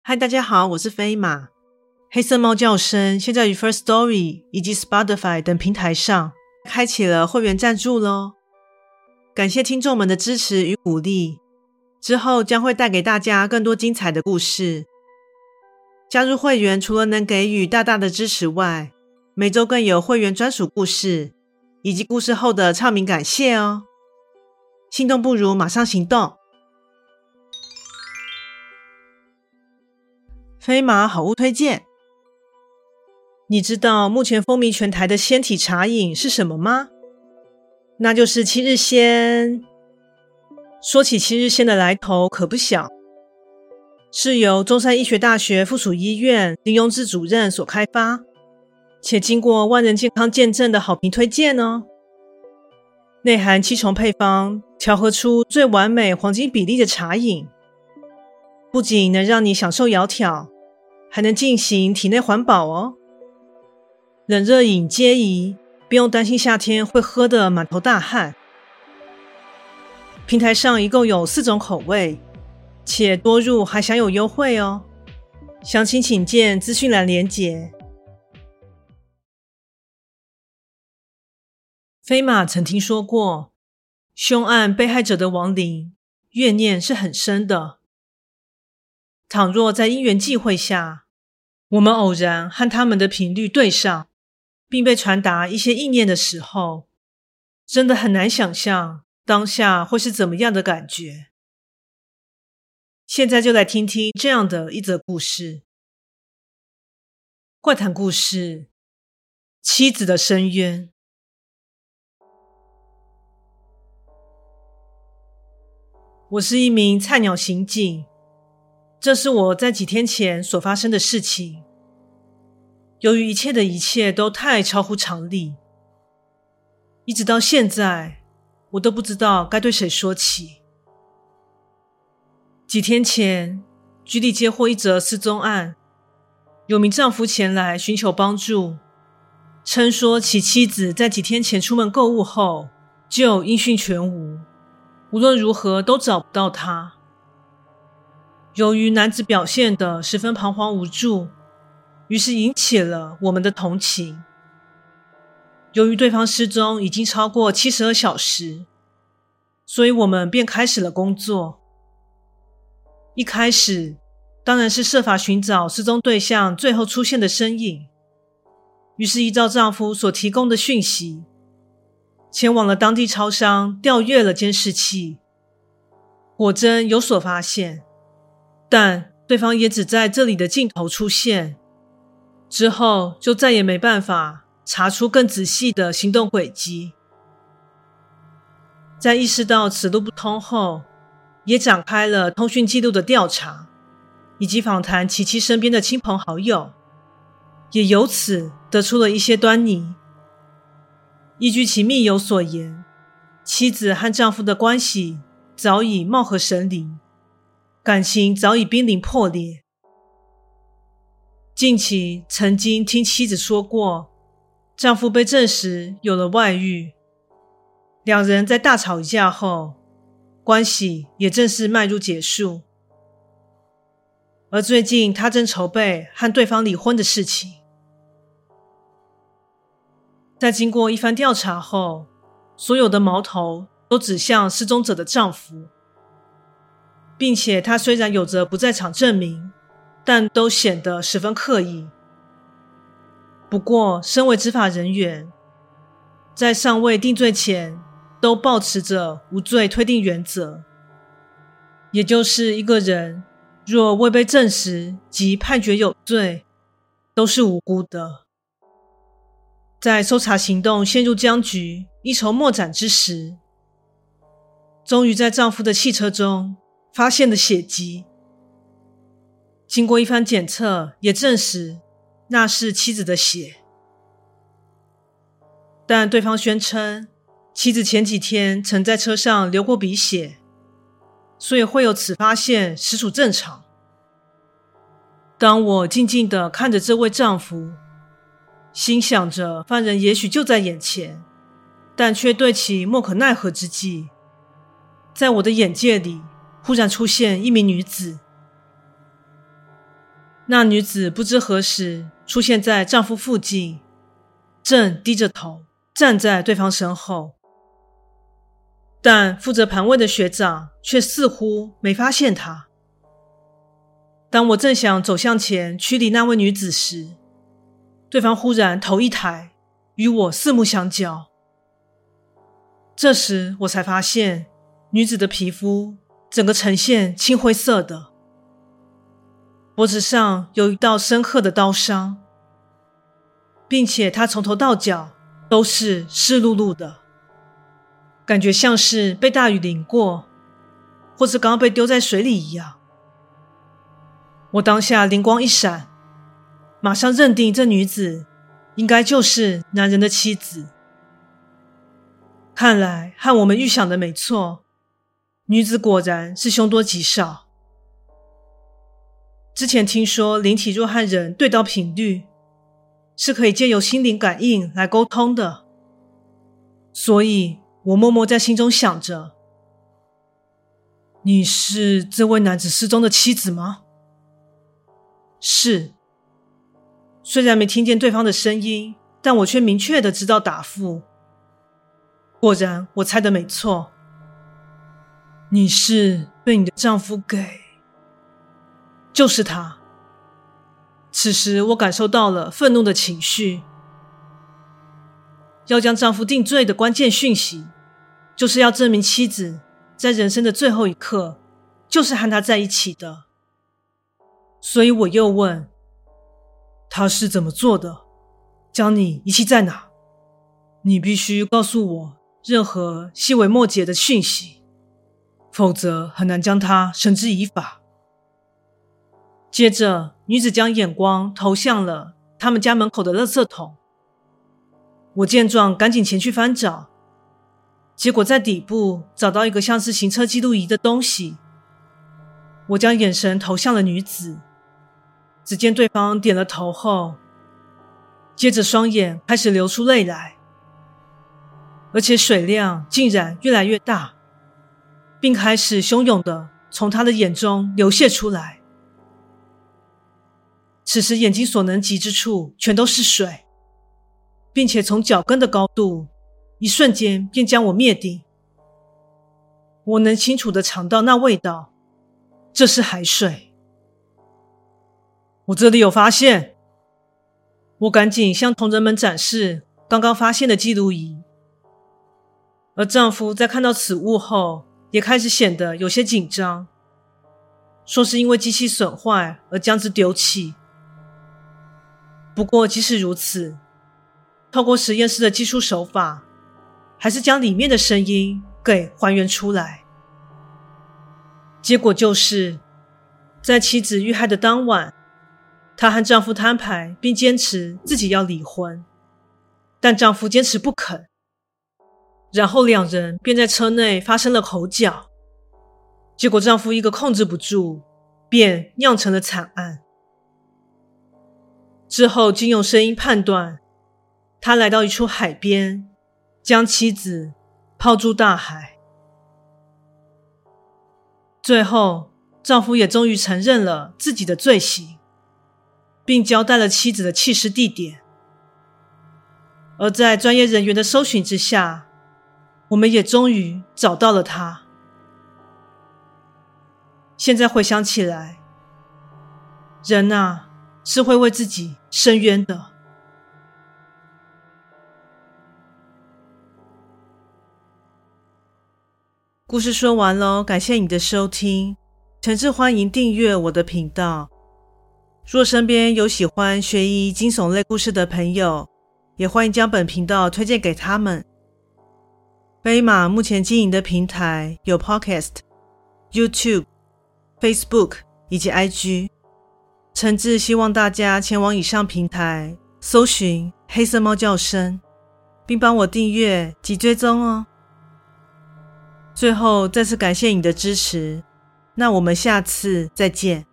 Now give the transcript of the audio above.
嗨，大家好，我是飞马。黑色猫叫声现在于 Firstory 以及 Spotify 等平台上开启了会员赞助咯，感谢听众们的支持与鼓励，之后将会带给大家更多精彩的故事。加入会员除了能给予大大的支持外，每周更有会员专属故事以及故事后的唱名感谢哦。心动不如马上行动。飞马好物推荐。你知道目前风靡全台的鲜体茶饮是什么吗？那就是七日鲜。说起七日鲜的来头可不小，是由中山医学大学附属医院林庸志主任所开发，且经过万人健康见证的好评推荐哦。内含7重配方，调和出最完美黄金比例的茶饮，不仅能让你享受窈窕，还能进行体内环保哦。冷热饮皆宜，不用担心夏天会喝得满头大汗。平台上一共有4种口味，且多入还享有优惠哦。详情请见资讯栏连结。飞马曾听说过，凶案被害者的亡灵怨念是很深的。倘若在因缘际会下，我们偶然和他们的频率对上，并被传达一些意念的时候，真的很难想象当下会是怎么样的感觉。现在就来听听这样的一则故事。怪谈故事：妻子的深渊。我是一名菜鸟刑警，这是我在几天前所发生的事情。由于一切都太超乎常理，一直到现在，我都不知道该对谁说起。几天前，局里接获一则失踪案，有名丈夫前来寻求帮助，称说其妻子在几天前出门购物后就音讯全无，无论如何都找不到他。由于男子表现得十分彷徨无助，于是引起了我们的同情。由于对方失踪已经超过72小时，所以我们便开始了工作。一开始当然是设法寻找失踪对象最后出现的身影，于是依照丈夫所提供的讯息，前往了当地超商调阅了监视器，果真有所发现，但对方也只在这里的镜头出现，之后就再也没办法查出更仔细的行动轨迹。在意识到此路不通后，也展开了通讯记录的调查，以及访谈其妻身边的亲朋好友，也由此得出了一些端倪。依据其密友所言，妻子和丈夫的关系早已貌合神离，感情早已濒临破裂。近期曾经听妻子说过，丈夫被证实有了外遇，两人在大吵一架后，关系也正式迈入结束。而最近她正筹备和对方离婚的事情。在经过一番调查后，所有的矛头都指向失踪者的丈夫，并且他虽然有着不在场证明，但都显得十分刻意。不过身为执法人员，在尚未定罪前都抱持着无罪推定原则，也就是一个人若未被证实及判决有罪，都是无辜的。在搜查行动陷入僵局、一筹莫展之时，终于在丈夫的汽车中发现了血迹。经过一番检测，也证实那是妻子的血。但对方宣称，妻子前几天曾在车上流过鼻血，所以会有此发现实属正常。当我静静地看着这位丈夫，心想着犯人也许就在眼前，但却对其莫可奈何之际，在我的眼界里忽然出现一名女子。 那女子不知何时出现在丈夫附近，正低着头站在对方身后，但负责盘问的学长却似乎没发现她。当我正想走向前驱离那位女子时，对方忽然头一抬，与我四目相交。这时我才发现，女子的皮肤整个呈现青灰色的，脖子上有一道深刻的刀伤，并且她从头到脚都是湿漉漉的，感觉像是被大雨淋过，或是刚刚被丢在水里一样。我当下灵光一闪，马上认定这女子应该就是男人的妻子。看来和我们预想的没错，女子果然是凶多吉少。之前听说灵体若和人对到频率，是可以借由心灵感应来沟通的，所以我默默在心中想着，你是这位男子失踪的妻子吗？是。虽然没听见对方的声音，但我却明确地知道答复。果然我猜的没错，你是被你的丈夫给……就是他。此时我感受到了愤怒的情绪。要将丈夫定罪的关键讯息，就是要证明妻子在人生的最后一刻就是和他在一起的。所以我又问，他是怎么做的？将你遗弃在哪？你必须告诉我任何细微末节的讯息，否则很难将他绳之以法。接着，女子将眼光投向了他们家门口的垃圾桶。我见状赶紧前去翻找，结果在底部找到一个像是行车记录仪的东西。我将眼神投向了女子，只见对方点了头后，接着双眼开始流出泪来，而且水量竟然越来越大，并开始汹涌地从她的眼中流泻出来。此时眼睛所能及之处全都是水，并且从脚跟的高度一瞬间便将我灭顶。我能清楚地尝到那味道，这是海水。我这里有发现。我赶紧向同仁们展示刚刚发现的记录仪，而丈夫在看到此物后也开始显得有些紧张，说是因为机器损坏而将之丢弃。不过即使如此，透过实验室的技术手法，还是将里面的声音给还原出来。结果就是在妻子遇害的当晚，她和丈夫摊牌并坚持自己要离婚，但丈夫坚持不肯，然后两人便在车内发生了口角，结果丈夫一个控制不住，便酿成了惨案。之后经用声音判断，他来到一处海边，将妻子抛诸大海。最后丈夫也终于承认了自己的罪行，并交代了妻子的弃尸地点。而在专业人员的搜寻之下，我们也终于找到了他。现在回想起来，人啊，是会为自己伸冤的。故事说完咯，感谢你的收听，诚挚欢迎订阅我的频道。若身边有喜欢悬疑惊悚类故事的朋友，也欢迎将本频道推荐给他们。飞马目前经营的平台有 Podcast、YouTube、Facebook 以及 IG， 诚挚希望大家前往以上平台搜寻黑色猫叫声，并帮我订阅及追踪哦。最后再次感谢你的支持，那我们下次再见。